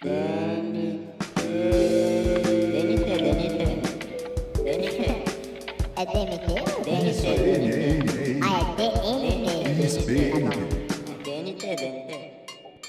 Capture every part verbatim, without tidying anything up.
D N T, D N T, D N T. É D M T ou D N T? Ah, é D N T. D N T, D N T.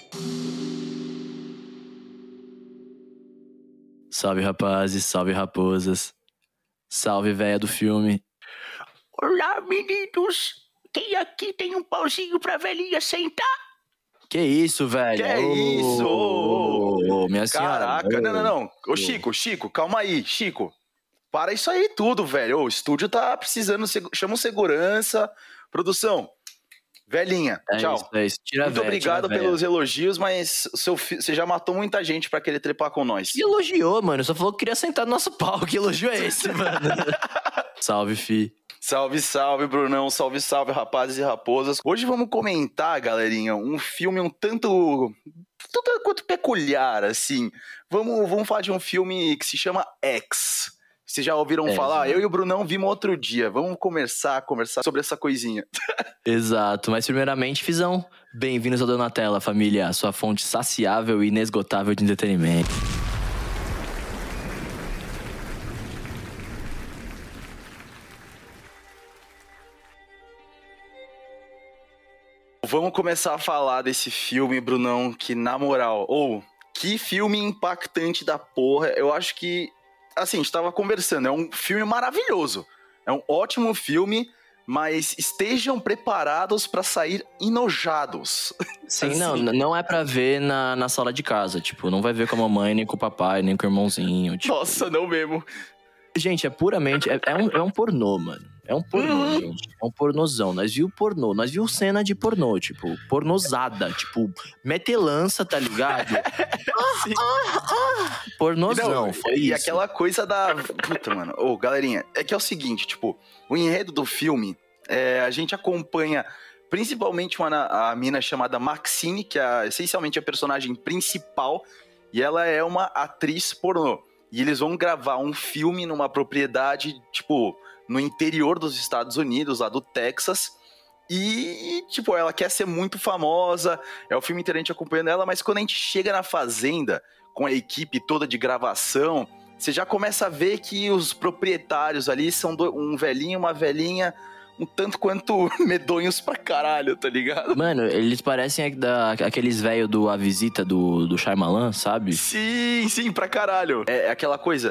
Salve rapazes, salve raposas. Salve véia do filme. Olá, meninos. Quem aqui tem um pauzinho pra velhinha sentar? Que isso, velho? Que Ô, isso? Ô, ô, ô. ô, minha senhora. Caraca, ô. não, não, não. Ô, Chico, Chico, calma aí, Chico. Para isso aí tudo, velho. Ô, o estúdio tá precisando, chama um segurança. Produção, velhinha, É tchau. isso, é isso. Tira a Muito véia, obrigado tira a véia. pelos elogios, mas o seu fi... você já matou muita gente pra querer trepar com nós. Que elogiou, mano. Só falou que queria sentar no nosso pau. Que elogio é esse, mano? Salve, fi. Salve, salve, Brunão. Salve, salve, rapazes e raposas. Hoje vamos comentar, galerinha, um filme um tanto... tanto quanto peculiar, assim. Vamos, vamos falar de um filme que se chama X. Vocês já ouviram É, falar? já. Eu e o Brunão vimos outro dia. Vamos começar a conversar sobre essa coisinha. Exato. Mas primeiramente, Fizão, bem-vindos ao Donatella, família. Sua fonte saciável e inesgotável de entretenimento. Vamos começar a falar desse filme, Brunão, que na moral... Ou, que filme impactante da porra. Eu acho que... Assim, a gente tava conversando, é um filme maravilhoso. É um ótimo filme, mas estejam preparados pra sair enojados. Sim, Assim. não, não é pra ver na, na sala de casa. Tipo, não vai ver com a mamãe, nem com o papai, nem com o irmãozinho. Tipo. Nossa, não mesmo. Gente, é puramente... É, é, um, é um pornô, mano. É um pornô, Uhum. gente. É um pornozão. Nós viu pornô. Nós viu cena de pornô, tipo, pornozada. Tipo, metelança, tá ligado? Sim. Pornozão, Não, foi e isso. aquela coisa da... Puta, mano. Ô, galerinha, é que é o seguinte, tipo, o enredo do filme, é, a gente acompanha principalmente uma, a mina chamada Maxine, que é essencialmente a personagem principal, e ela é uma atriz pornô. E eles vão gravar um filme numa propriedade, tipo, no interior dos Estados Unidos, lá do Texas. E, tipo, ela quer ser muito famosa, é o filme inteiro a gente acompanhando ela, mas quando a gente chega na fazenda, com a equipe toda de gravação, você já começa a ver que os proprietários ali são do- um velhinho e uma velhinha, um tanto quanto medonhos pra caralho, tá ligado? Mano, eles parecem da, aqueles velhos do A Visita do, do Shyamalan, sabe? Sim, sim, pra caralho. É, é aquela coisa,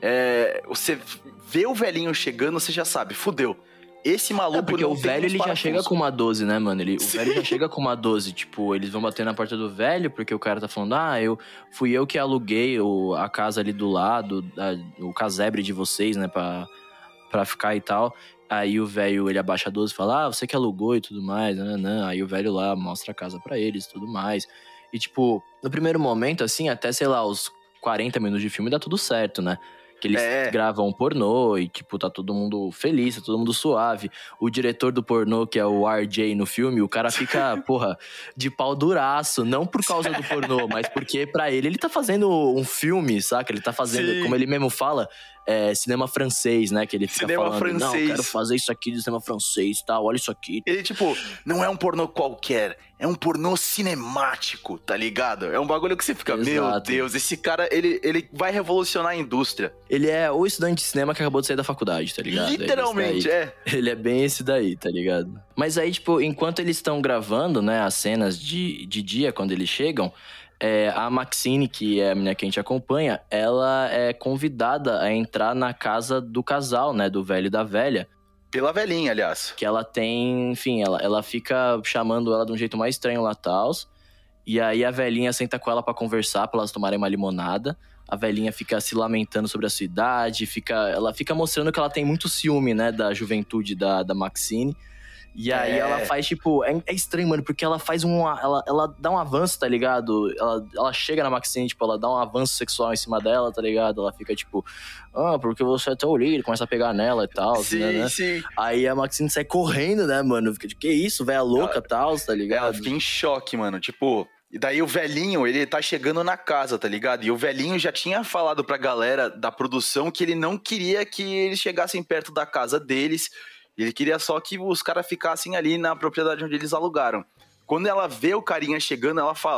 é, você vê o velhinho chegando, você já sabe, fudeu. Esse maluco É, porque não o tem velho uns ele já parafusos. chega com uma doze, né, mano? Ele, o Sim. velho já chega com uma doze. Tipo, eles vão bater na porta do velho, porque o cara tá falando, ah, eu fui eu que aluguei o, a casa ali do lado, a- o casebre de vocês, né, pra, pra ficar e tal. Aí o velho, ele abaixa a doze e fala, ah, você que alugou e tudo mais, né, né. Aí o velho lá mostra a casa pra eles e tudo mais. E, tipo, no primeiro momento, assim, até, sei lá, os quarenta minutos de filme dá tudo certo, né? Que eles É. gravam pornô e, tipo, tá todo mundo feliz, tá todo mundo suave. O diretor do pornô, que é o R J no filme, o cara fica, porra, de pau duraço. Não por causa do pornô, mas porque pra ele, ele tá fazendo um filme, saca? Ele tá fazendo, Sim. como ele mesmo fala, é, cinema francês, né? Que ele fica Cinema falando, não, francês. quero fazer isso aqui de cinema francês e tal, olha isso aqui. Ele, tipo, não é um pornô qualquer, é um pornô cinemático, tá ligado? É um bagulho que você fica, meu Exato. Deus, esse cara, ele, ele vai revolucionar a indústria. Ele é o estudante de cinema que acabou de sair da faculdade, tá ligado? Literalmente, Ele, é. ele é bem esse daí, tá ligado? Mas aí, tipo, enquanto eles estão gravando, né, as cenas de, de dia, quando eles chegam, é, a Maxine, que é a menina que a gente acompanha, ela é convidada a entrar na casa do casal, né, do velho e da velha. Pela velhinha, aliás. Que ela tem, enfim, ela, ela fica chamando ela de um jeito mais estranho lá, tals. E aí a velhinha senta com ela pra conversar, pra elas tomarem uma limonada. A velhinha fica se lamentando sobre a sua idade, fica, ela fica mostrando que ela tem muito ciúme, né, da juventude da, da Maxine. E aí É. ela faz, tipo... É, é estranho, mano, porque ela faz um... Ela, ela dá um avanço, tá ligado? Ela, ela chega na Maxine, tipo, ela dá um avanço sexual em cima dela, tá ligado? Ela fica, tipo... Ah, porque você é tão lindo, começa a pegar nela e tal, Sim, né, né? sim. Aí a Maxine sai correndo, né, mano? Fica de que isso, velha louca e tal, tá Ela ligado? fica em choque, mano. Tipo, e daí o velhinho, ele tá chegando na casa, tá ligado? E o velhinho já tinha falado pra galera da produção que ele não queria que eles chegassem perto da casa deles. Ele queria só que os caras ficassem ali na propriedade onde eles alugaram. Quando ela vê o carinha chegando, ela fala: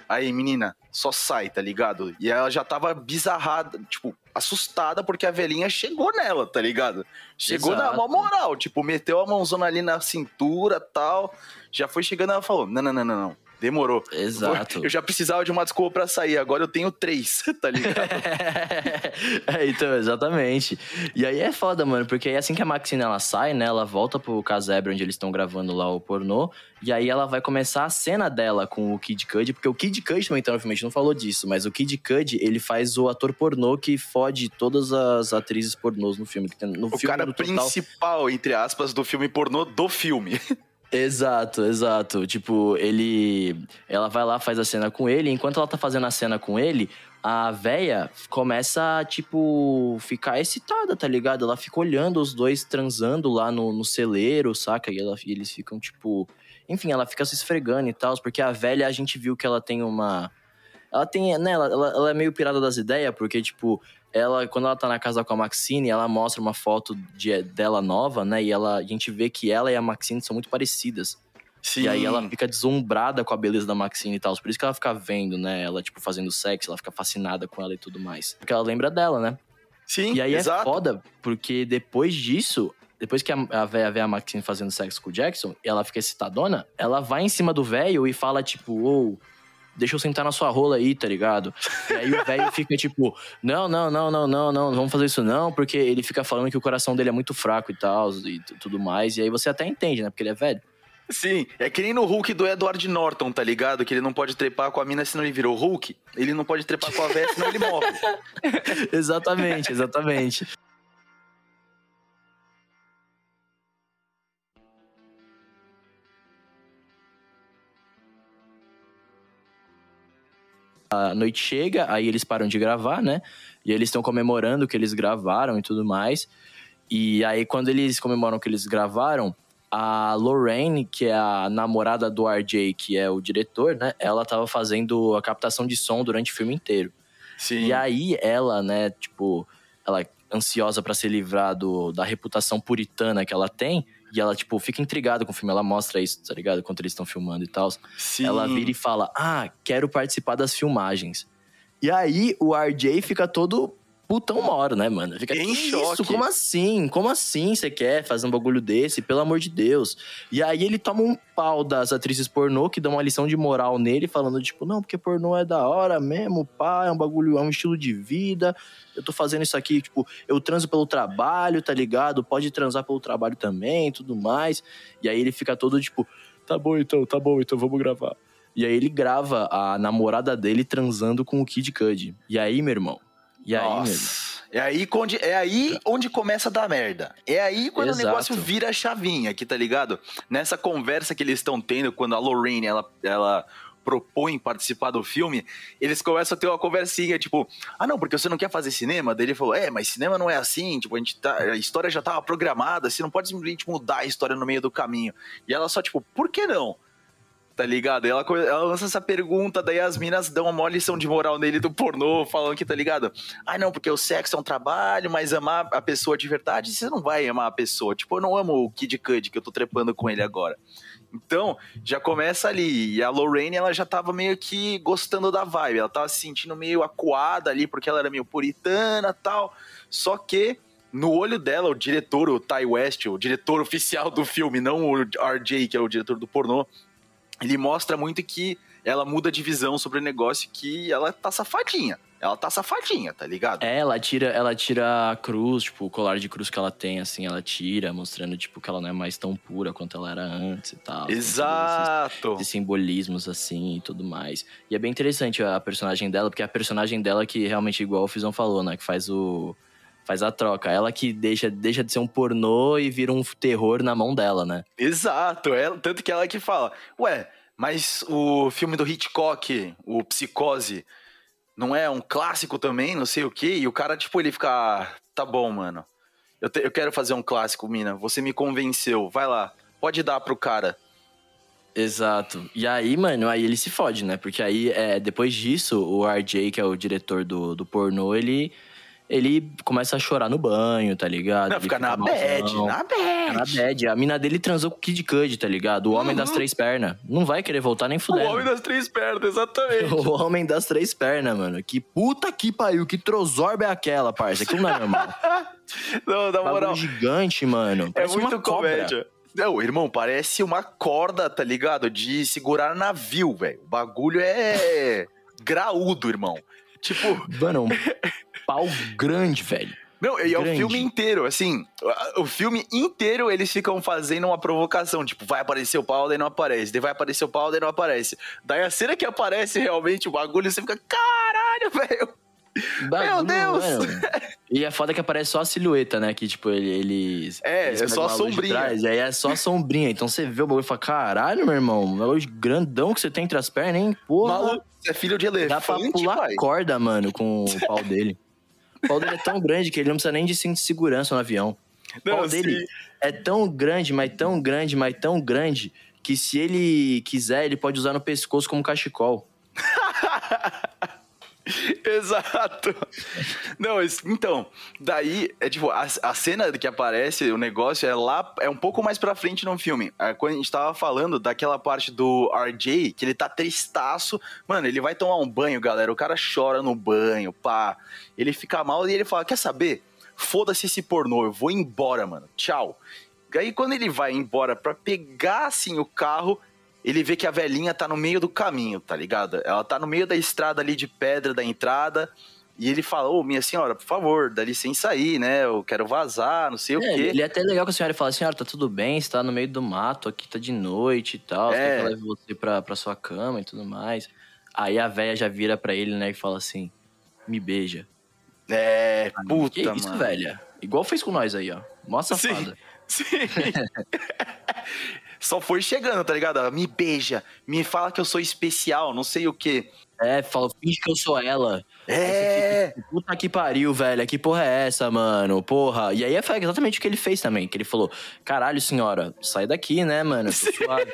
Aí, menina, só sai, tá ligado? E ela já tava bizarrada, tipo, assustada porque a velhinha chegou nela, tá ligado? Chegou Exato. na mó moral, tipo, meteu a mãozona ali na cintura e tal. Já foi chegando, ela falou, não, não, não, não, não. Demorou. Exato. Eu já precisava de uma desculpa pra sair, agora eu tenho três, tá ligado? É, então, exatamente. E aí é foda, mano, porque aí assim que a Maxine ela sai, né, ela volta pro casebre onde eles estão gravando lá o pornô, e aí ela vai começar a cena dela com o Kid Cudi, porque o Kid Cudi também tá no filme, a gente não falou disso, mas o Kid Cudi, ele faz o ator pornô que fode todas as atrizes pornôs no filme. Que tem, no O filme, cara no total... principal, entre aspas, do filme pornô do filme. Exato, exato. Tipo, ele... Ela vai lá, faz a cena com ele, e enquanto ela tá fazendo a cena com ele, a véia começa a, tipo, ficar excitada, tá ligado? Ela fica olhando os dois transando lá no, no celeiro, saca? E, ela, e eles ficam, tipo... Enfim, ela fica se esfregando e tal, porque a velha, a gente viu que ela tem uma... Ela tem, né, ela, ela, ela é meio pirada das ideias, porque, tipo, ela, quando ela tá na casa com a Maxine, ela mostra uma foto de, dela nova, né, e ela, a gente vê que ela e a Maxine são muito parecidas. Sim. E aí ela fica deslumbrada com a beleza da Maxine e tal, por isso que ela fica vendo, né, ela, tipo, fazendo sexo, ela fica fascinada com ela e tudo mais. Porque ela lembra dela, né? Sim, E aí exato. é foda, porque depois disso... Depois que a, a véia vê a Maxine fazendo sexo com o Jackson, ela fica excitadona, ela vai em cima do velho e fala, tipo, ô, oh, deixa eu sentar na sua rola aí, tá ligado? E aí o velho fica, tipo, não, não, não, não, não, não, não vamos fazer isso não, porque ele fica falando que o coração dele é muito fraco e tal, e t- tudo mais, e aí você até entende, né, porque ele é velho. Sim, é que nem no Hulk do Edward Norton, tá ligado? Que ele não pode trepar com a mina senão ele virou Hulk. Ele não pode trepar com a véia senão ele morre. Exatamente, exatamente. A noite chega, aí eles param de gravar, né? E eles estão comemorando que eles gravaram e tudo mais. E aí, quando eles comemoram que eles gravaram, a Lorraine, que é a namorada do R J, que é o diretor, né? Ela tava fazendo a captação de som durante o filme inteiro. Sim. E aí, ela, né, tipo, ela é ansiosa pra se livrar do, da reputação puritana que ela tem. E ela, tipo, fica intrigada com o filme. Ela mostra isso, tá ligado? Enquanto eles estão filmando e tal. Sim. Ela vira e fala, ah, quero participar das filmagens. E aí, o R J fica todo putão moro, né, mano? Fica, Em que choque. isso? Como assim? Como assim você quer fazer um bagulho desse? Pelo amor de Deus. E aí, ele toma um pau das atrizes pornô, que dão uma lição de moral nele, falando, tipo, não, porque pornô é da hora mesmo, pá, é um bagulho, é um estilo de vida. Eu tô fazendo isso aqui, tipo, eu transo pelo trabalho, tá ligado? Pode transar pelo trabalho também, tudo mais. E aí, ele fica todo, tipo, tá bom então, tá bom então, vamos gravar. E aí, ele grava a namorada dele transando com o Kid Cudi. E aí, meu irmão? E aí, meu irmão? Nossa. É aí, onde, é aí onde começa a dar merda. É aí quando Exato. o negócio vira a chavinha aqui, tá ligado? Nessa conversa que eles estão tendo, quando a Lorraine, ela, ela propõe participar do filme, eles começam a ter uma conversinha, tipo, ah não, porque você não quer fazer cinema? Daí ele falou, é, mas cinema não é assim, tipo, a, gente tá, a história já tava programada, você não pode simplesmente mudar a história no meio do caminho. E ela só, tipo, por que não? Tá ligado? E ela, ela lança essa pergunta, daí as minas dão uma lição de moral nele do pornô, falando que, tá ligado? Ah, não, porque o sexo é um trabalho, mas amar a pessoa de verdade, você não vai amar a pessoa. Tipo, eu não amo o Kid Cudi, que eu tô trepando com ele agora. Então, já começa ali. E a Lorraine, ela já tava meio que gostando da vibe. Ela tava se sentindo meio acuada ali, porque ela era meio puritana e tal. Só que, no olho dela, o diretor, o Ty West, o diretor oficial do filme, não o R J, que é o diretor do pornô, ele mostra muito que ela muda de visão sobre o negócio, que ela tá safadinha. Ela tá safadinha, tá ligado? É, ela tira, ela tira a cruz, tipo, o colar de cruz que ela tem, assim, ela tira, mostrando, tipo, que ela não é mais tão pura quanto ela era antes e tal. Exato! Esses simbolismos, assim, e tudo mais. E é bem interessante a personagem dela, porque é a personagem dela que realmente, igual o Fizão falou, né, que faz o... faz a troca. Ela que deixa, deixa de ser um pornô e vira um terror na mão dela, né? Exato, ela, tanto que ela que fala, ué, mas o filme do Hitchcock, o Psicose, não é um clássico também, não sei o quê? E o cara, tipo, ele fica, ah, tá bom, mano, eu, te, eu quero fazer um clássico, mina, você me convenceu, vai lá, pode dar pro cara. Exato. E aí, mano, aí ele se fode, né? Porque aí, é, depois disso, o R J, que é o diretor do, do pornô, ele... ele começa a chorar no banho, tá ligado? Não, Ele fica na bad, malzão. na Fica na bad. bad. A mina dele transou com o Kid Cudi, tá ligado? O homem Uhum. das três pernas. Não vai querer voltar nem O fudendo. homem das três pernas, exatamente. O homem das três pernas, mano. Que puta que pariu, que trozorba é aquela, parça? Aquilo não é normal. Não, na moral, Bagulho gigante, mano. é Parece muito uma cobra. comédia. Não, irmão, parece uma corda, tá ligado? De segurar navio, velho. O bagulho é graúdo, irmão. Tipo, Mano, um pau grande, velho. não, e é o Grande. filme inteiro, assim, o filme inteiro eles ficam fazendo uma provocação, tipo, vai aparecer o pau, daí não aparece, daí vai aparecer o pau, daí não aparece. Daí a cena que aparece realmente o bagulho, você fica, caralho, velho. Bagulho, Deus! mano. E é foda que aparece só a silhueta, né? Que, tipo, ele, eles... É, eles é só pegam a luz de sombrinha. trás, e aí é só a sombrinha. Então você vê o bagulho e fala, caralho, meu irmão, um bagulho grandão que você tem entre as pernas, hein? Porra. Maluco, você é filho de Dá pra elefante, pular pai. corda, mano, com o pau dele. O pau dele é tão grande que ele não precisa nem de cinto de segurança no avião. O Não, pau dele sim. é tão grande, mas tão grande, mas tão grande, que se ele quiser, ele pode usar no pescoço como cachecol. Exato. Não, es- então, daí, é tipo, a, a cena que aparece, o negócio é lá, é um pouco mais pra frente no filme. É quando a gente tava falando daquela parte do R J, que ele tá tristaço. Mano, ele vai tomar um banho, galera. O cara chora no banho, pá. Ele fica mal e ele fala: quer saber? Foda-se esse pornô, eu vou embora, mano. Tchau. Aí quando ele vai embora pra pegar, assim, o carro, ele vê que a velhinha tá no meio do caminho, tá ligado? Ela tá no meio da estrada ali de pedra da entrada. E ele fala: ô, minha senhora, por favor, dá licença aí, né? Eu quero vazar, não sei o É, quê. ele é até legal que a senhora fala, senhora, tá tudo bem, você tá no meio do mato, aqui tá de noite e tal, você É. quer que eu leve você pra, pra sua cama e tudo mais. Aí a véia já vira pra ele, né, e fala assim, me beija. É, puta, que isso, mano. velha? Igual fez com nós aí, ó. Mó safada. Sim. Só foi chegando, tá ligado? Ela me beija, me fala que eu sou especial, não sei o quê. É, fala, finge que eu sou ela. É, Puta que pariu, velho. Que porra é essa, mano? Porra. E aí foi exatamente o que ele fez também. Que ele falou, caralho, senhora, sai daqui, né, mano? Tô suave.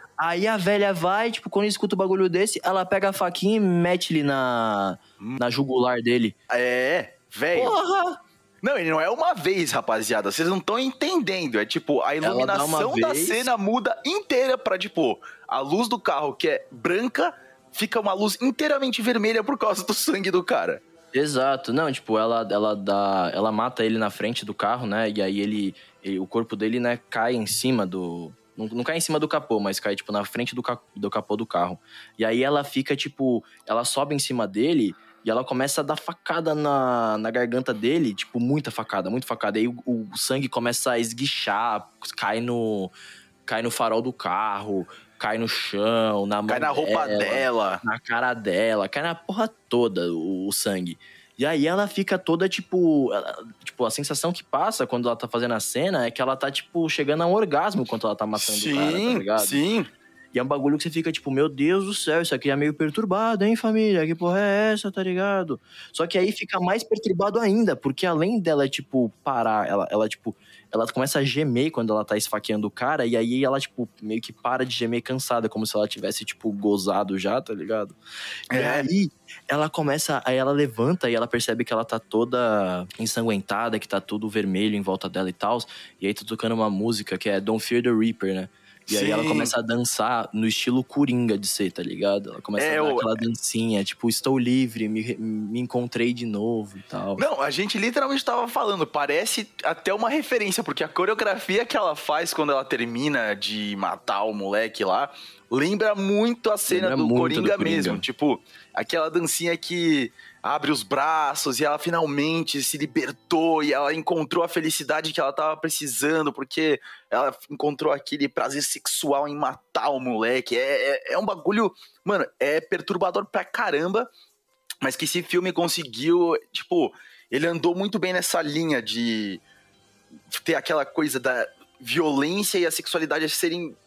Aí a velha vai, tipo, quando escuta o bagulho desse, ela pega a faquinha e mete ele na, na jugular dele. é, velho. Porra! Não, ele não é uma vez, rapaziada. Vocês não estão entendendo. É tipo, a Ela dá uma iluminação da vez. cena muda inteira pra, tipo, a luz do carro, que é branca, fica uma luz inteiramente vermelha por causa do sangue do cara. Exato. Não, tipo, ela, ela dá. Ela mata ele na frente do carro, né? E aí ele. ele- o corpo dele, né, cai em cima do. Não, não cai em cima do capô, mas cai, tipo, na frente do, ca- do capô do carro. E aí ela fica, tipo. Ela sobe em cima dele. E ela começa a dar facada na, na garganta dele, tipo, muita facada, muita facada. E aí o, o sangue começa a esguichar, cai no, cai no farol do carro, cai no chão, na mão Cai na roupa dela, dela. na cara dela, cai na porra toda o, o sangue. E aí ela fica toda, tipo, ela- tipo, a sensação que passa quando ela tá fazendo a cena é que ela tá, tipo, chegando a um orgasmo enquanto ela tá matando o cara, tá Sim, ligado? sim. E é um bagulho que você fica tipo, meu Deus do céu, isso aqui é meio perturbado, hein, família? Que porra é essa, tá ligado? Só que aí fica mais perturbado ainda, porque além dela, tipo, parar, ela, ela tipo, ela começa a gemer quando ela tá esfaqueando o cara, e aí ela, tipo, meio que para de gemer cansada, como se ela tivesse, tipo, gozado já, tá ligado? E É. aí ela começa, aí ela levanta e ela percebe que ela tá toda ensanguentada, que tá tudo vermelho em volta dela e tal, e aí tá tocando uma música que é Don't Fear the Reaper, né? E aí ela Sim. começa a dançar no estilo Coringa de ser, tá ligado? Ela começa É, a dar o- aquela dancinha, tipo, estou livre, me, me encontrei de novo e tal. Não, a gente literalmente tava falando, parece até uma referência, porque a coreografia que ela faz quando ela termina de matar o moleque lá, lembra muito a cena Lembra do muito Coringa, do Coringa. mesmo. Tipo, aquela dancinha que abre os braços e ela finalmente se libertou e ela encontrou a felicidade que ela tava precisando, porque ela encontrou aquele prazer sexual em matar o moleque. É, é, é um bagulho, mano, é perturbador pra caramba, mas que esse filme conseguiu, tipo, ele andou muito bem nessa linha de ter aquela coisa da violência e a sexualidade serem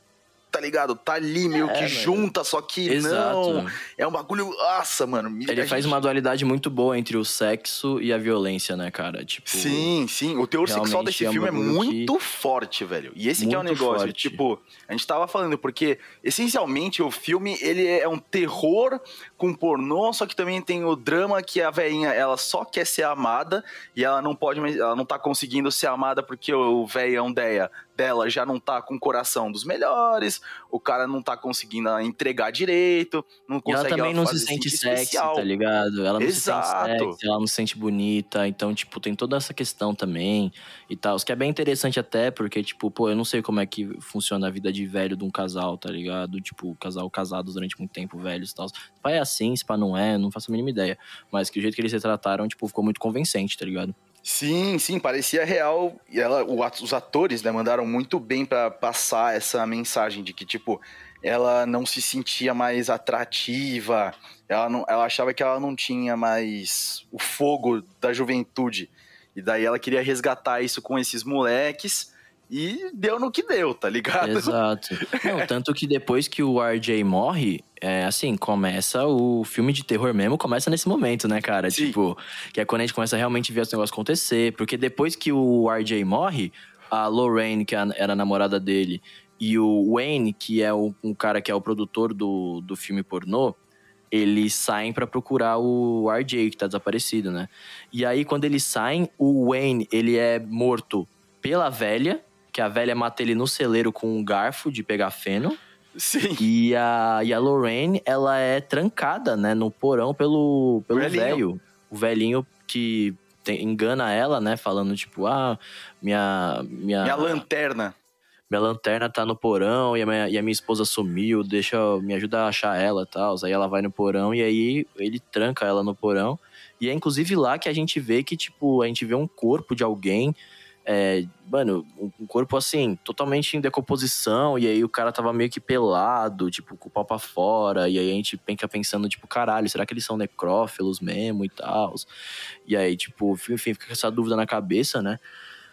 tá ligado? Tá ali meio É, que mano. junta, só que Exato. não. É um bagulho... Nossa, mano. me- Ele a faz gente- uma dualidade muito boa entre o sexo e a violência, né, cara? Tipo, Sim, sim. O teor sexual realmente desse é um filme é bagulho muito que- forte, velho. E esse que é o Muito negócio. forte. Tipo, a gente tava falando, porque essencialmente o filme, ele é um terror com pornô, só que também tem o drama que a velhinha, ela só quer ser amada e ela não pode, mais- ela não tá conseguindo ser amada porque o velhão dela, dela já não tá com o coração dos melhores, o cara não tá conseguindo entregar direito, não E ela consegue também não se fazer sente sentir sexy, especial. tá ligado? Ela não Exato. se sente sexy, ela não se sente bonita. Então, tipo, tem toda essa questão também e tal. O que é bem interessante até, porque, tipo, pô, eu não sei como é que funciona a vida de velho de um casal, tá ligado? Tipo, casal casados durante muito tempo, velhos e tal. Se pá é assim, se pá não é, não faço a mínima ideia. Mas que o jeito que eles se trataram, tipo, ficou muito convincente, tá ligado? Sim, sim, parecia real. E ela, o at- os atores, né, mandaram muito bem pra passar essa mensagem de que, tipo, ela não se sentia mais atrativa, ela, não, ela achava que ela não tinha mais o fogo da juventude. E daí ela queria resgatar isso com esses moleques e deu no que deu, tá ligado? Exato. Não, tanto que depois que o R J morre, é assim, começa o filme de terror mesmo, começa nesse momento, né, cara? Sim. Tipo, que é quando a gente começa a realmente ver os negócios acontecer. Porque depois que o R J morre, a Lorraine, que era a namorada dele, e o Wayne, que é o, um cara que é o produtor do, do filme pornô, eles saem pra procurar o R J, que tá desaparecido, né? E aí, quando eles saem, o Wayne, ele é morto pela velha, que a velha mata ele no celeiro com um garfo de pegar feno. Sim. E a, e a Lorraine, ela é trancada, né, no porão pelo, pelo Velhinho. velho. O velhinho que tem- engana ela, né, falando tipo, ah, minha... Minha, Minha lanterna. minha lanterna tá no porão e a minha, e a minha esposa sumiu, deixa, me ajuda a achar ela e tal. Aí ela vai no porão e aí ele tranca ela no porão. E é inclusive lá que a gente vê que, tipo, a gente vê um corpo de alguém, é, mano, um um corpo assim, totalmente em decomposição. E aí o cara tava meio que pelado, tipo, com o pau pra fora. E aí a gente fica pensando, tipo, caralho, será que eles são necrófilos mesmo e tal? E aí, tipo, enfim, fica com essa dúvida na cabeça, né?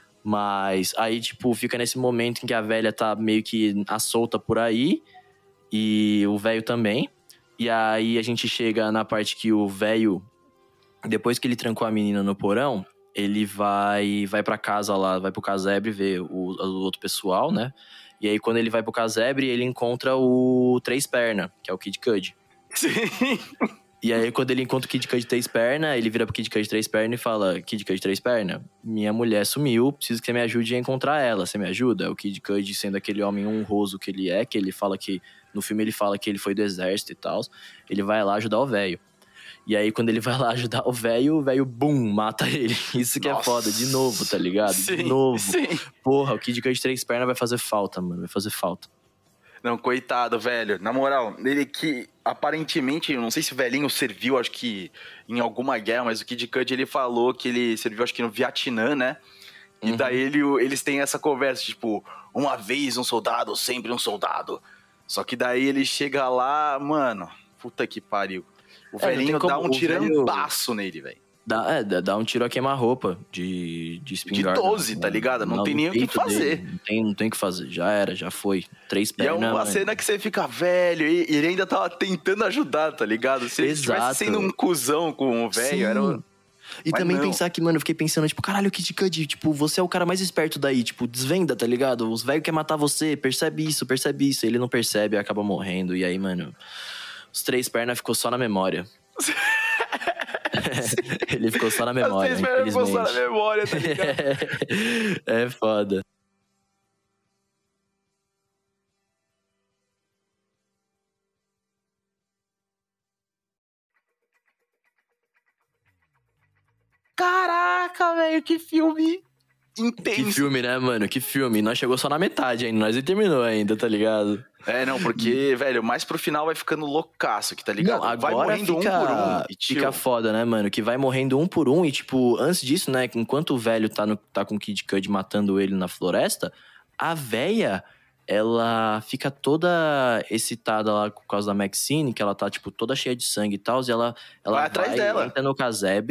Mas aí, tipo, fica nesse momento em que a velha tá meio que à solta por aí. E o velho também. E aí a gente chega na parte que o velho, depois que ele trancou a menina no porão, ele vai vai pra casa lá, vai pro casebre ver o, o outro pessoal, né? E aí quando ele vai pro casebre, ele encontra o Três Perna, que é o Kid Cudi. Sim. E aí, quando ele encontra o Kid Cudi Três Pernas, ele vira pro Kid Cudi Três Pernas e fala: Kid Cudi Três Pernas, minha mulher sumiu, preciso que você me ajude a encontrar ela. Você me ajuda? O Kid Cudi, sendo aquele homem honroso que ele é, que ele fala que... No filme ele fala que ele foi do exército e tal. Ele vai lá ajudar o velho. E aí, quando ele vai lá ajudar o velho, o velho, bum, mata ele. Isso que Nossa. é foda, de novo, tá ligado? Sim, de novo. sim. Porra, o Kid Cudi Três Pernas vai fazer falta, mano. Vai fazer falta. Não, coitado, velho. Na moral, ele que aparentemente, eu não sei se o velhinho serviu, acho que em alguma guerra, mas o Kid Cudi, ele falou que ele serviu, acho que no Vietnã, né? E Uhum. daí ele, eles têm essa conversa, tipo, uma vez um soldado, sempre um soldado. Só que daí ele chega lá, mano, puta que pariu. O É, não velhinho tem dá como- um o velho- tirambaço nele, velho. Dá, é, dá dá um tiro a queima-roupa de, de espingarda. doze, tá ligado? Não No tem nem o que peito fazer. dele. Não tem, não tem o que fazer. Já era, já foi. Três E é pernas. uma mano. cena que você fica velho e e ele ainda tava tentando ajudar, tá ligado? Se ele estivesse Exato. sendo um cuzão com o velho, Sim. era... um- E Mas também não. pensar que, mano, eu fiquei pensando, tipo, caralho, Kid Cudi, tipo, você é o cara mais esperto daí, tipo, desvenda, tá ligado? Os velhos querem matar você, percebe isso, percebe isso. Ele não percebe, acaba morrendo. E aí, mano, os Três Pernas ficou só na memória. Ele ficou só na memória, Vocês ficou infelizmente. só na memória, tá ligado? É foda. Caraca, velho, que filme intenso. Que filme, né, mano? Que filme. Nós chegou só na metade ainda, nós nem terminou ainda, tá ligado? É, não, porque, velho, mais pro final vai ficando loucaço aqui, tá ligado? Não, vai agora morrendo fica, um por um. E, tio, fica foda, né, mano? Que vai morrendo um por um e, tipo, antes disso, né, enquanto o velho tá, no, tá com o Kid Cudi matando ele na floresta, a véia, ela fica toda excitada lá por causa da Maxine, que ela tá, tipo, toda cheia de sangue e tal, e ela, ela Vai atrás dela. entra no casebre,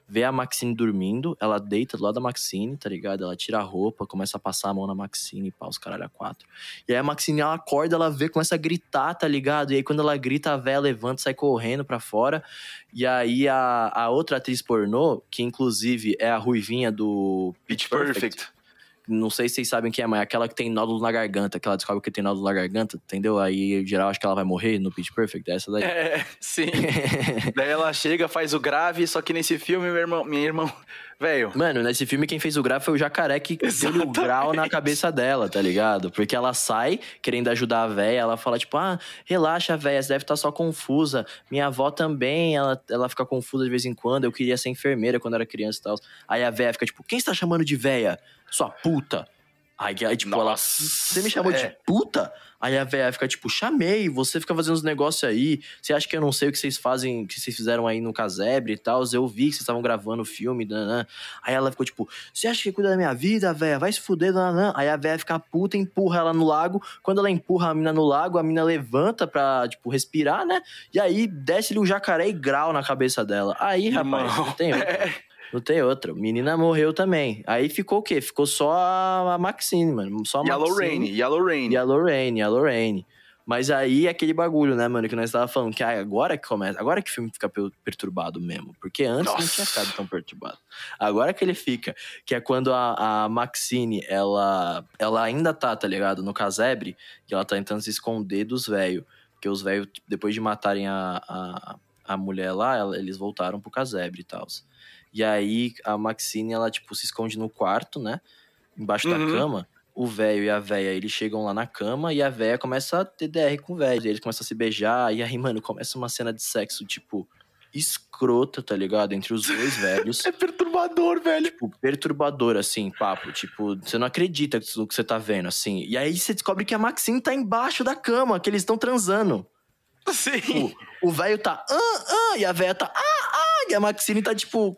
vê a Maxine dormindo, ela deita do lado da Maxine, tá ligado? Ela tira a roupa, começa a passar a mão na Maxine, pá, os caralho a quatro. E aí a Maxine, ela acorda, ela vê, começa a gritar, tá ligado? E aí quando ela grita, a véia levanta, sai correndo pra fora. E aí a, a outra atriz pornô, que inclusive é a ruivinha do Pitch Perfect, Perfect. Não sei se vocês sabem quem é, mas é aquela que tem nódulo na garganta, que ela descobre que tem nódulo na garganta, entendeu? Aí, em geral, acho que ela vai morrer no Pitch Perfect, é essa daí. É, sim. Daí ela chega, faz o grave, só que nesse filme, meu irmão, minha irmã, velho... Mano, nesse filme quem fez o grave foi o jacaré que deu o grau na cabeça dela, tá ligado? Porque ela sai querendo ajudar a véia, ela fala tipo, ah, relaxa, véia, você deve estar só confusa. Minha avó também, ela, ela fica confusa de vez em quando, eu queria ser enfermeira quando era criança e tal. Aí a véia fica tipo, quem está chamando de véia? Sua puta. Aí, aí tipo, Nossa, ela, você me chamou é. de puta? Aí a véia fica tipo, chamei, você fica fazendo uns negócios aí, você acha que eu não sei o que vocês fazem, que vocês fizeram aí no casebre e tal, eu vi que vocês estavam gravando o filme, nanã. Aí ela ficou tipo, você acha que cuida da minha vida, véia? Vai se fuder, nanã. Aí a véia fica puta, empurra ela no lago, quando ela empurra a mina no lago, a mina levanta pra, tipo, respirar, né? E aí desce-lhe um jacaré e grau na cabeça dela. Aí, rapaz, Irmão, não tem outra. Não tem outra. Menina morreu também. Aí ficou o quê? Ficou só a Maxine, mano. Só a E a Maxine. Lorraine, e a Lorraine. E a Lorraine, a Lorraine. Mas aí é aquele bagulho, né, mano, que nós tava falando, que ah, agora que começa, agora que o filme fica perturbado mesmo, porque antes Nossa. não tinha ficado tão perturbado. Agora que ele fica, que é quando a, a Maxine, ela, ela ainda tá, tá ligado, no casebre, que ela tá tentando se esconder dos velhos, porque os velhos, depois de matarem a, a, a mulher lá, ela, eles voltaram pro casebre e tal. E aí a Maxine, ela, tipo, se esconde no quarto, né, embaixo Uhum. da cama. O velho e a véia, eles chegam lá na cama e a véia começa a ter D R com o velho. Eles começam a se beijar e aí, mano, começa uma cena de sexo, tipo, escrota, tá ligado? Entre os dois velhos. É perturbador, velho. Tipo, perturbador, assim, papo. Tipo, você não acredita no que você tá vendo, assim. E aí você descobre que a Maxine tá embaixo da cama, que eles estão transando. Sim. Tipo, o velho tá, ah, ah, e a véia tá, ah, ah, e a Maxine tá tipo,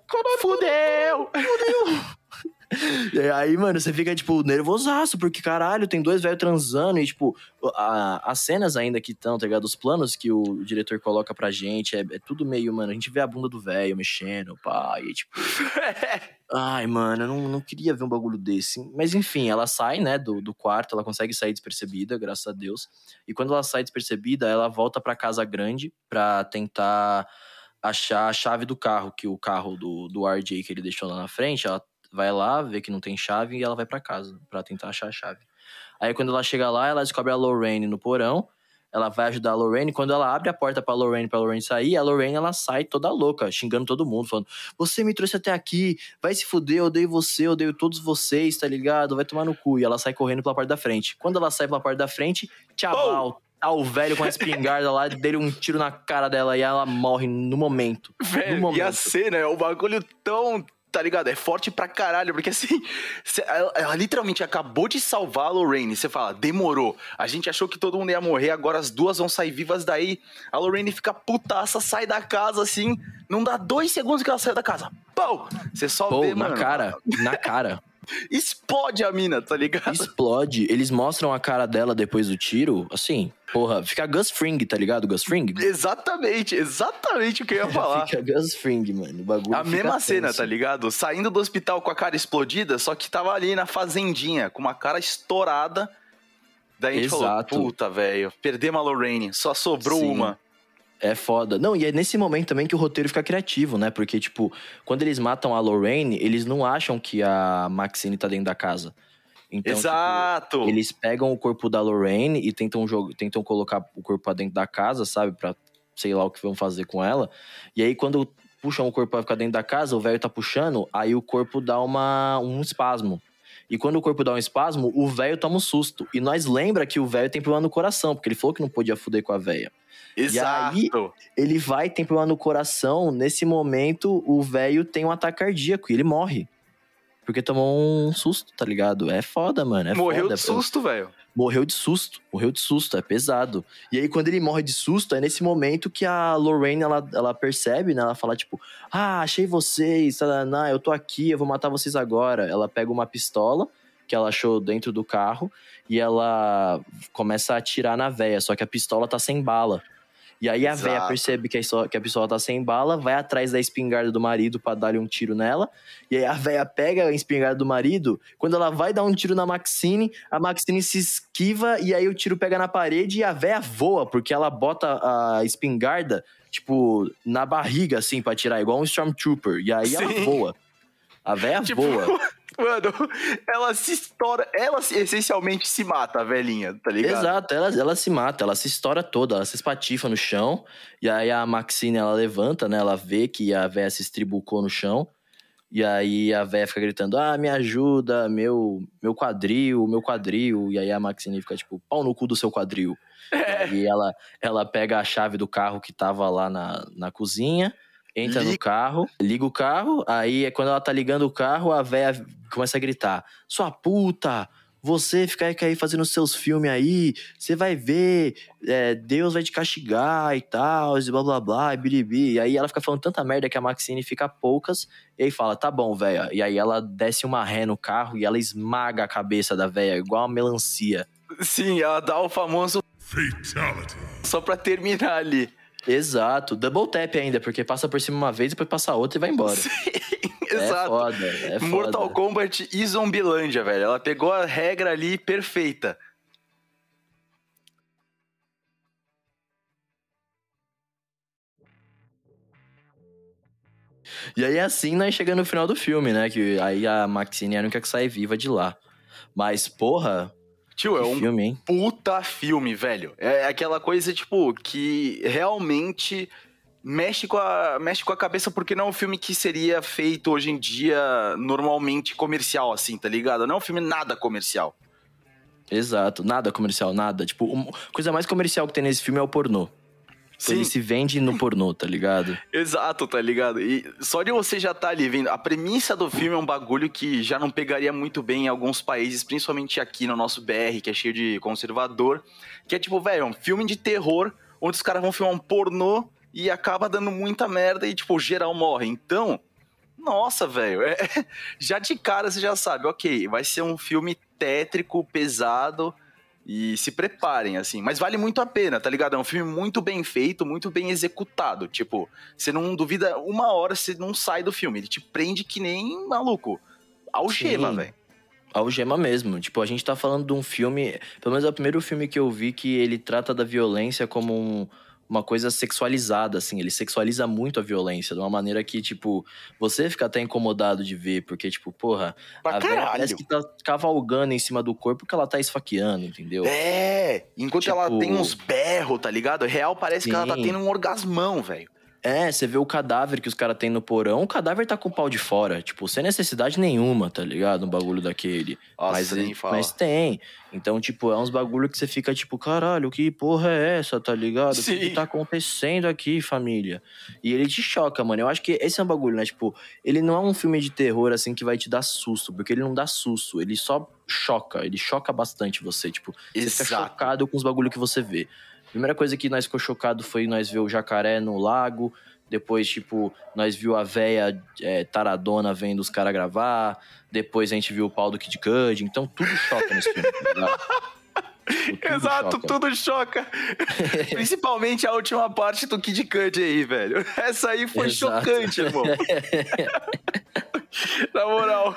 fudeu, fudeu. E aí, mano, você fica, tipo, nervosaço, porque, caralho, tem dois velhos transando e, tipo, a, as cenas ainda que estão, tá ligado? Os planos que o diretor coloca pra gente, é, é tudo meio, mano, a gente vê a bunda do velho mexendo, pá, e, tipo... Ai, mano, eu não, não queria ver um bagulho desse. Mas, enfim, ela sai, né, do, do quarto, ela consegue sair despercebida, graças a Deus. E quando ela sai despercebida, ela volta pra casa grande pra tentar achar a chave do carro, que o carro do, do R J que ele deixou lá na frente, ela vai lá, vê que não tem chave e ela vai pra casa pra tentar achar a chave. Aí quando ela chega lá, ela descobre a Lorraine no porão, ela vai ajudar a Lorraine, quando ela abre a porta pra Lorraine, pra Lorraine sair, a Lorraine, ela sai toda louca, xingando todo mundo, falando, você me trouxe até aqui, vai se fuder, eu odeio você, eu odeio todos vocês, tá ligado? Vai tomar no cu. E ela sai correndo pela porta da frente. Quando ela sai pela porta da frente, tchau, tá o velho com a espingarda lá, dele um tiro na cara dela e ela morre no momento. Velho, no momento. e a cena é um bagulho tão... Tá ligado? É forte pra caralho, porque assim, cê, ela, ela literalmente acabou de salvar a Lorraine. Você fala, demorou. A gente achou que todo mundo ia morrer, agora as duas vão sair vivas. Daí a Lorraine fica putaça, sai da casa assim. Não dá dois segundos que ela sai da casa. Pau! Você só Pô, vê, na mano. cara, na cara. Explode a mina, tá ligado? Explode. Eles mostram a cara dela depois do tiro, assim, porra, fica Gus Fring, tá ligado? Gus Fring? Exatamente, exatamente o que eu ia falar. Fica Gus Fring, mano. O bagulho A fica mesma cena, tenso. tá ligado? Saindo do hospital com a cara explodida, só que tava ali na fazendinha, com uma cara estourada. Daí a gente Exato. falou, puta, velho, perdemos a Lorraine, só sobrou Sim. uma. É foda. Não, e é nesse momento também que o roteiro fica criativo, né? Porque, tipo, quando eles matam a Lorraine, eles não acham que a Maxine tá dentro da casa. Então, Exato! tipo, eles pegam o corpo da Lorraine e tentam, jog... tentam colocar o corpo pra dentro da casa, sabe? Pra sei lá o que vão fazer com ela. E aí, quando puxam o corpo pra ficar dentro da casa, o velho tá puxando, aí o corpo dá uma... um espasmo. E quando o corpo dá um espasmo, o velho toma um susto. E nós lembra que o velho tem problema no coração, porque ele falou que não podia fuder com a véia. Exato! E aí, ele vai, tem problema no coração, nesse momento, o velho tem um ataque cardíaco e ele morre. Porque tomou um susto, tá ligado? É foda, mano, é Morreu foda. de susto, velho. Morreu de susto, morreu de susto, é pesado. E aí, quando ele morre de susto, é nesse momento que a Lorraine, ela, ela percebe, né? Ela fala, tipo, ah, achei vocês, não, eu tô aqui, eu vou matar vocês agora. Ela pega uma pistola que ela achou dentro do carro e ela começa a atirar na véia, só que a pistola tá sem bala. E aí a véia Exato. percebe que a, pessoa, que a pessoa tá sem bala, vai atrás da espingarda do marido pra dar-lhe um tiro nela. E aí a véia pega a espingarda do marido, quando ela vai dar um tiro na Maxine, a Maxine se esquiva e aí o tiro pega na parede e a véia voa, porque ela bota a espingarda, tipo, na barriga, assim, pra tirar, igual um Stormtrooper. E aí ela Sim. voa. A véia Tipo, voa. mano, ela se estoura, ela se- essencialmente se mata, a velhinha, tá ligado? Exato, ela, ela se mata, ela se estoura toda, ela se espatifa no chão, e aí a Maxine, ela levanta, né, ela vê que a véia se estribucou no chão, e aí a véia fica gritando, ah, me ajuda, meu, meu quadril, meu quadril, e aí a Maxine fica tipo, pau no cu do seu quadril. É. E ela, ela pega a chave do carro que tava lá na, na cozinha, entra no Liga. carro, liga o carro, aí é quando ela tá ligando o carro, a véia começa a gritar, sua puta, você fica aí fazendo seus filmes aí, você vai ver, é, Deus vai te castigar e tal, e blá blá blá, e biribi. E aí ela fica falando tanta merda que a Maxine fica poucas, e aí fala, tá bom, véia. E aí ela desce uma ré no carro e ela esmaga a cabeça da véia, igual uma melancia. Sim, ela dá o famoso Fatality. só pra terminar ali. Exato, double tap ainda, porque passa por cima uma vez, depois passa outra e vai embora. É Exato. foda, é foda. Mortal Kombat e Zombilândia, velho. Ela pegou a regra ali perfeita. E aí assim nós chegamos no final do filme, né? Que aí a Maxine é a única que sai viva de lá. Mas, porra, Tio, que é um filme, hein? puta filme, velho. É aquela coisa, tipo, que realmente mexe com a, mexe com a cabeça, porque não é um filme que seria feito hoje em dia normalmente comercial, assim, tá ligado? Não é um filme nada comercial. Exato, nada comercial, nada. Tipo, a coisa mais comercial que tem nesse filme é o pornô. Sim, Ele se vende no pornô, tá ligado? exato, tá ligado? E só de você já tá ali vendo, a premissa do filme é um bagulho que já não pegaria muito bem em alguns países, principalmente aqui no nosso B R, que é cheio de conservador, que é tipo, velho, é um filme de terror, onde os caras vão filmar um pornô e acaba dando muita merda e, tipo, geral morre. Então, nossa, velho, é- já de cara você já sabe, ok, vai ser um filme tétrico, pesado, e se preparem, assim. Mas vale muito a pena, tá ligado? É um filme muito bem feito, muito bem executado. Tipo, você não duvida uma hora, você não sai do filme. Ele te prende que nem maluco. Algema, Sim. velho. Algema mesmo. Tipo, a gente tá falando de um filme... Pelo menos é o primeiro filme que eu vi que ele trata da violência como um- uma coisa sexualizada, assim. Ele sexualiza muito a violência, de uma maneira que, tipo... Você fica até incomodado de ver, porque, tipo, porra... Pra a véia caralho. parece que tá cavalgando em cima do corpo que ela tá esfaqueando, entendeu? É, enquanto Tipo- ela tem uns berros, tá ligado? Real parece que ela tá Sim. tendo um orgasmão, velho. É, você vê o cadáver que os caras têm no porão, o cadáver tá com o pau de fora, tipo, sem necessidade nenhuma, tá ligado? Um bagulho daquele. Nossa, mas, nem fala. mas tem. Então, tipo, é uns bagulho que você fica tipo, caralho, que porra é essa, tá ligado? O que, Sim. que tá acontecendo aqui, família? E ele te choca, mano. Eu acho que esse é um bagulho, né? Tipo, ele não é um filme de terror, assim, que vai te dar susto, porque ele não dá susto, ele só choca, ele choca bastante você, tipo, você fica Exato. chocado com os bagulho que você vê. Primeira coisa que nós ficou chocado foi nós ver o jacaré no lago. Depois, tipo, nós viu a véia é, taradona vendo os caras gravar. Depois a gente viu o pau do Kid Cudi. Então tudo choca nesse filme, tá ligado? Tipo, tudo Exato, choca. tudo choca. Principalmente a última parte do Kid Cudi aí, velho. Essa aí foi Exato. chocante, irmão. Na moral.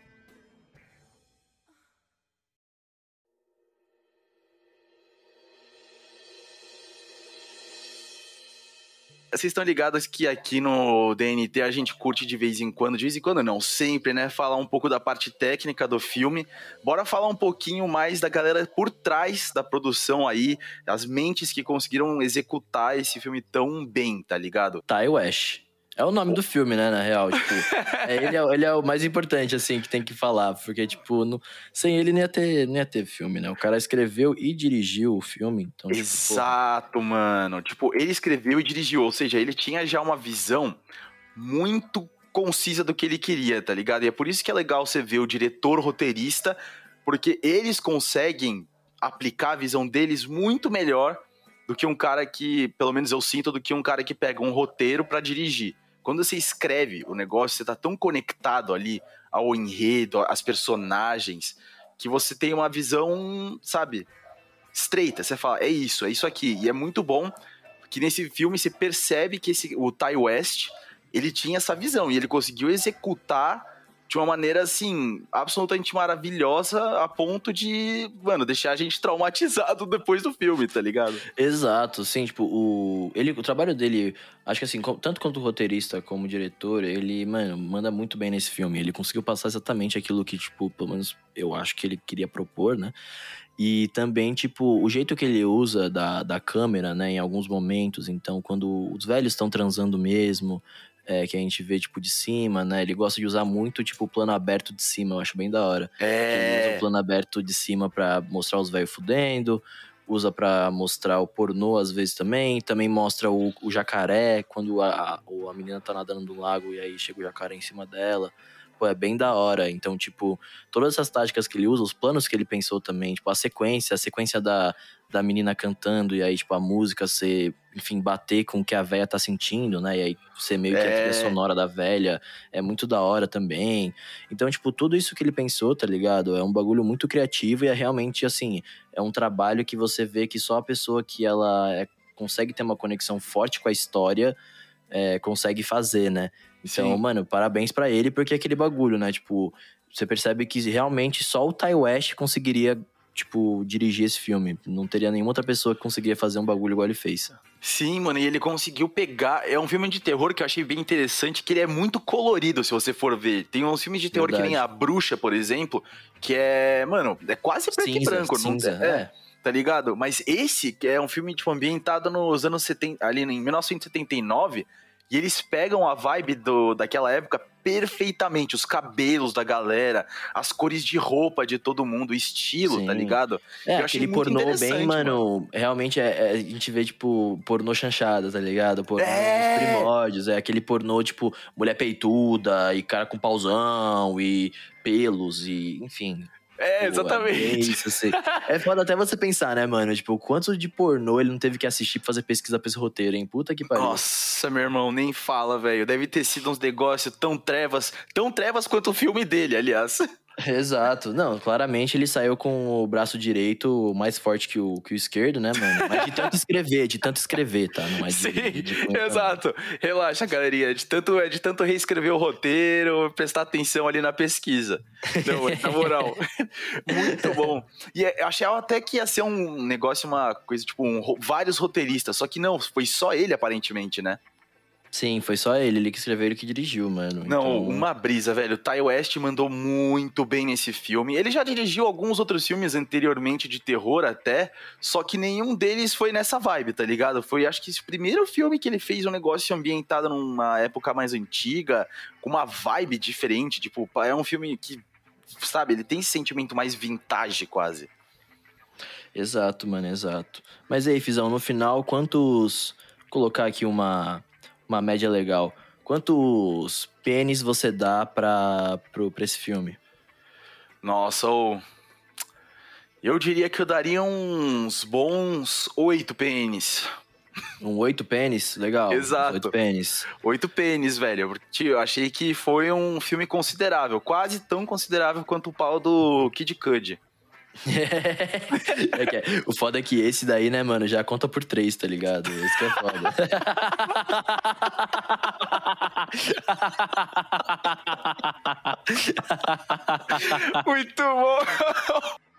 Vocês estão ligados que aqui no D N T a gente curte de vez em quando, de vez em quando não, sempre, né? Falar um pouco da parte técnica do filme. Bora falar um pouquinho mais da galera por trás da produção aí, as mentes que conseguiram executar esse filme tão bem, tá ligado? Ty West. É o nome do filme, né, na real. Tipo, é, ele, é, ele é o mais importante, assim, que tem que falar. Porque, tipo, no- sem ele não ia, ter, não ia ter filme, né? O cara escreveu e dirigiu o filme. Então, tipo, pô, Exato, mano. Tipo, ele escreveu e dirigiu, ou seja, ele tinha já uma visão muito concisa do que ele queria, tá ligado? E é por isso que é legal você ver o diretor roteirista, porque eles conseguem aplicar a visão deles muito melhor do que um cara que, pelo menos eu sinto, do que um cara que pega um roteiro pra dirigir. Quando você escreve o negócio, você tá tão conectado ali ao enredo, às personagens, que você tem uma visão, sabe, estreita. Você fala, é isso, é isso aqui. E é muito bom que nesse filme você percebe que esse, o Ty West, ele tinha essa visão, e ele conseguiu executar de uma maneira, assim, absolutamente maravilhosa, a ponto de, mano, deixar a gente traumatizado depois do filme, tá ligado? Exato, sim, tipo, o, ele, o trabalho dele, acho que assim, tanto quanto roteirista como diretor, ele, mano, manda muito bem nesse filme. Ele conseguiu passar exatamente aquilo que, tipo, pelo menos eu acho que ele queria propor, né? E também, tipo, o jeito que ele usa da, da câmera, né, em alguns momentos. Então, quando os velhos estão transando mesmo, é, que a gente vê, tipo, de cima, né? Ele gosta de usar muito, tipo, o plano aberto de cima. Eu acho bem da hora. É... Ele usa o plano aberto de cima pra mostrar os velhos fudendo. Usa pra mostrar o pornô, às vezes, também. Também mostra o, o jacaré, quando a, a, a menina tá nadando no lago e aí chega o jacaré em cima dela. Pô, é bem da hora. Então, tipo, todas essas táticas que ele usa, os planos que ele pensou também, tipo, a sequência, a sequência da, da menina cantando e aí, tipo, a música ser, enfim, bater com o que a véia tá sentindo, né? E aí ser meio que a trilha sonora da velha é muito da hora também. Então, tipo, tudo isso que ele pensou, tá ligado? É um bagulho muito criativo e é realmente, assim, é um trabalho que você vê que só a pessoa que ela é, consegue ter uma conexão forte com a história é, consegue fazer, né? Então, Sim. mano, parabéns pra ele, porque é aquele bagulho, né? Tipo, você percebe que realmente só o Ty West conseguiria, tipo, dirigir esse filme. Não teria nenhuma outra pessoa que conseguiria fazer um bagulho igual ele fez. Sim, mano, e ele conseguiu pegar... É um filme de terror que eu achei bem interessante, que ele é muito colorido, se você for ver. Tem uns filmes de terror Verdade. que nem A Bruxa, por exemplo, que é, mano, é quase preto cinza, e branco. Cinza, não, é, é. Tá ligado? Mas esse, que é um filme, tipo, ambientado nos anos setenta, ali em mil novecentos e setenta e nove... E eles pegam a vibe do, daquela época perfeitamente. Os cabelos da galera, as cores de roupa de todo mundo, o estilo, Sim. tá ligado? É, eu aquele pornô bem, mano, mano. Realmente é, é, a gente vê, tipo, pornô chanchada, tá ligado? Pornô é... dos primórdios. É aquele pornô, tipo, mulher peituda e cara com pauzão e pelos e, enfim... É, exatamente. É, isso, assim. É foda até você pensar, né, mano? Tipo, quanto de pornô ele não teve que assistir pra fazer pesquisa pra esse roteiro, hein? Puta que pariu. Nossa, meu irmão, nem fala, velho. Deve ter sido uns negócios tão trevas, tão trevas quanto o filme dele, aliás. Exato. Não, claramente ele saiu com o braço direito mais forte que o, que o esquerdo, né, mano? Mas de tanto escrever, de tanto escrever, tá? Não é de, Sim, de, de, de exato. Relaxa, galerinha. De tanto, de tanto reescrever o roteiro, prestar atenção ali na pesquisa. Não, na moral. Muito bom. E eu achava até que ia ser um negócio, uma coisa, tipo, um, vários roteiristas. Só que não, foi só ele, aparentemente, né? Sim, foi só ele, ele que escreveu, ele que dirigiu, mano. Não, então... uma brisa, velho. O Ty West mandou muito bem nesse filme. Ele já dirigiu alguns outros filmes anteriormente de terror até, só que nenhum deles foi nessa vibe, tá ligado? Foi, acho que esse primeiro filme que ele fez um negócio ambientado numa época mais antiga, com uma vibe diferente, tipo, é um filme que, sabe, ele tem esse sentimento mais vintage quase. Exato, mano, exato. Mas aí, Fizão, no final, quantos... Vou colocar aqui uma... uma média legal. Quantos pênis você dá pra, pro, pra esse filme? Nossa, oh, eu diria que eu daria uns bons oito pênis. Um oito pênis? Legal. Exato. Oito pênis. Oito pênis, velho. Tio, eu achei que foi um filme considerável. Quase tão considerável quanto o pau do Kid Cudi. É que é, o foda é que esse daí, né, mano, já conta por três, tá ligado? Esse que é foda. Muito bom!